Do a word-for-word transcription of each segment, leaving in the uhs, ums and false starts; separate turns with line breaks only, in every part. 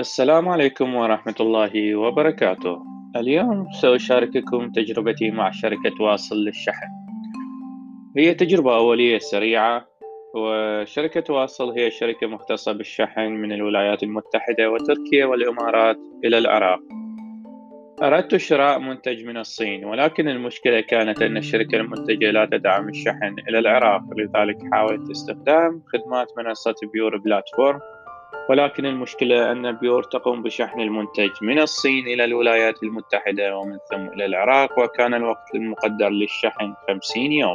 السلام عليكم ورحمة الله وبركاته. اليوم سأشارككم تجربتي مع شركة واصل للشحن. هي تجربة أولية سريعة، وشركة واصل هي شركة مختصة بالشحن من الولايات المتحدة وتركيا والإمارات إلى العراق. أردت شراء منتج من الصين، ولكن المشكلة كانت أن الشركة المنتجة لا تدعم الشحن إلى العراق، لذلك حاولت استخدام خدمات منصة بيور بلاتفورم. ولكن المشكلة أن بيور تقوم بشحن المنتج من الصين إلى الولايات المتحدة ومن ثم إلى العراق، وكان الوقت المقدر للشحن خمسين يوم.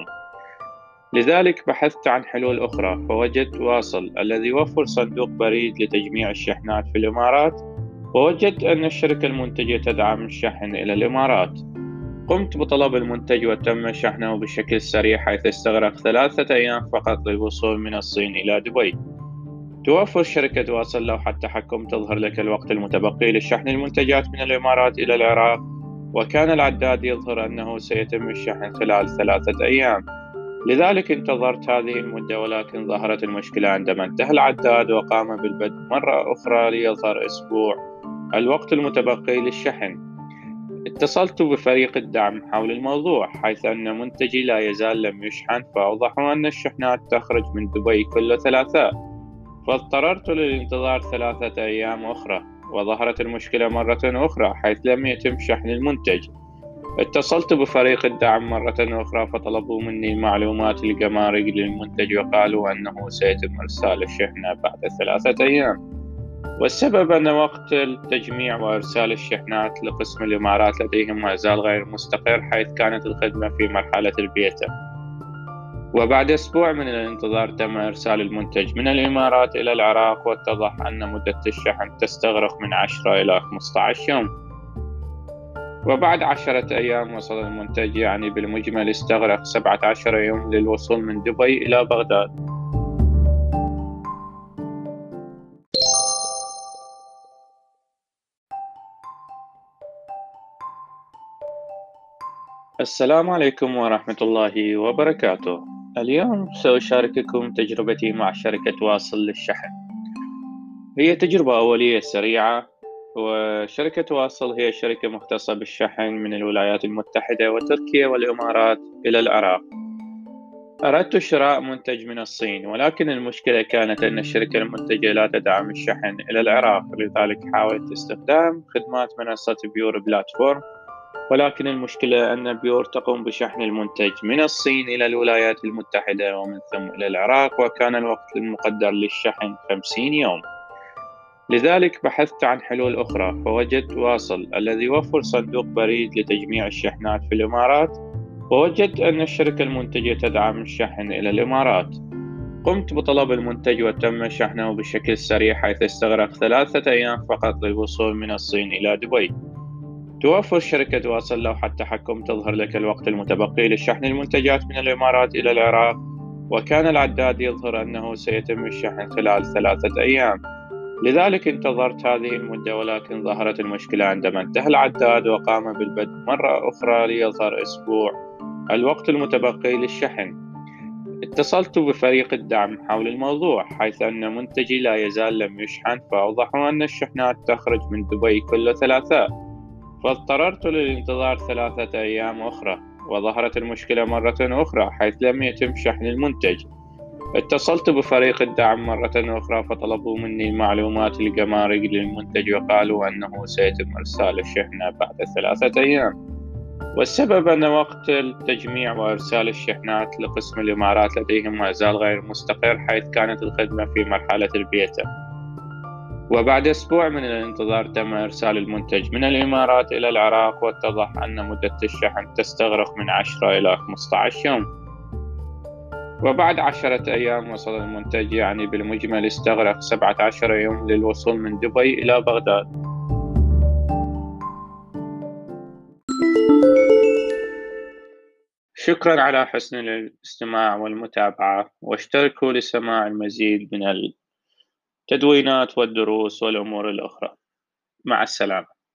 لذلك بحثت عن حلول أخرى، فوجدت واصل الذي يوفر صندوق بريد لتجميع الشحنات في الإمارات، ووجدت أن الشركة المنتجة تدعم الشحن إلى الإمارات. قمت بطلب المنتج وتم شحنه بشكل سريع، حيث استغرق ثلاثة أيام فقط للوصول من الصين إلى دبي. توفر شركة واصل لوحة تحكم تظهر لك الوقت المتبقي لشحن المنتجات من الإمارات إلى العراق، وكان العداد يظهر أنه سيتم الشحن خلال ثلاثة أيام. لذلك انتظرت هذه المدة، ولكن ظهرت المشكلة عندما انتهى العداد وقام بالبدء مرة أخرى ليظهر أسبوع الوقت المتبقي للشحن. اتصلت بفريق الدعم حول الموضوع، حيث أن منتجي لا يزال لم يشحن، فأوضحوا أن الشحنات تخرج من دبي كل ثلاثاء. فاضطررت للانتظار ثلاثة أيام أخرى، وظهرت المشكلة مرة أخرى حيث لم يتم شحن المنتج. اتصلت بفريق الدعم مرة أخرى، فطلبوا مني المعلومات الجمارك للمنتج، وقالوا أنه سيتم إرسال الشحنة بعد ثلاثة أيام. والسبب أن وقت التجميع وإرسال الشحنات لقسم الإمارات لديهم ما زال غير مستقر، حيث كانت الخدمة في مرحلة البيتا. وبعد أسبوع من الانتظار تم إرسال المنتج من الإمارات إلى العراق، واتضح أن مدة الشحن تستغرق من عشرة إلى خمسة عشر يوم. وبعد عشرة أيام وصل المنتج، يعني بالمجمل استغرق سبعة عشر يوم للوصول من دبي إلى بغداد. السلام عليكم ورحمة الله وبركاته. اليوم سأشارككم تجربتي مع شركة واصل للشحن. هي تجربة أولية سريعة، وشركة واصل هي شركة مختصة بالشحن من الولايات المتحدة وتركيا والإمارات إلى العراق. أردت شراء منتج من الصين، ولكن المشكلة كانت أن الشركة المنتجة لا تدعم الشحن إلى العراق، لذلك حاولت استخدام خدمات منصة بيور بلاتفورم. ولكن المشكلة أن بيور تقوم بشحن المنتج من الصين إلى الولايات المتحدة ومن ثم إلى العراق، وكان الوقت المقدر للشحن خمسين يوم. لذلك بحثت عن حلول أخرى، فوجدت واصل الذي يوفر صندوق بريد لتجميع الشحنات في الإمارات، ووجدت أن الشركة المنتجة تدعم الشحن إلى الإمارات. قمت بطلب المنتج وتم شحنه بشكل سريع، حيث استغرق ثلاثة أيام فقط للوصول من الصين إلى دبي. توفر شركة واصل لوحة تحكم تظهر لك الوقت المتبقي لشحن المنتجات من الإمارات إلى العراق، وكان العداد يظهر أنه سيتم الشحن خلال ثلاثة أيام. لذلك انتظرت هذه المدة، ولكن ظهرت المشكلة عندما انتهى العداد وقام بالبدء مرة أخرى ليظهر أسبوع الوقت المتبقي للشحن. اتصلت بفريق الدعم حول الموضوع، حيث أن منتجي لا يزال لم يشحن، فأوضحوا أن الشحنات تخرج من دبي كل ثلاثاء. فاضطررت للانتظار ثلاثة أيام أخرى، وظهرت المشكلة مرة أخرى حيث لم يتم شحن المنتج. اتصلت بفريق الدعم مرة أخرى، فطلبوا مني المعلومات الجمارك للمنتج، وقالوا أنه سيتم إرسال الشحنة بعد ثلاثة أيام. والسبب أن وقت التجميع وإرسال الشحنات لقسم الإمارات لديهم ما زال غير مستقر، حيث كانت الخدمة في مرحلة البيتا. وبعد أسبوع من الانتظار تم إرسال المنتج من الإمارات إلى العراق، واتضح أن مدة الشحن تستغرق من عشرة إلى خمسة عشر يوم. وبعد عشرة أيام وصل المنتج، يعني بالمجمل استغرق سبعة عشر يوم للوصول من دبي إلى بغداد. شكرا على حسن الاستماع والمتابعة، واشتركوا لسماع المزيد من التدوينات والدروس والأمور الأخرى. مع السلامة.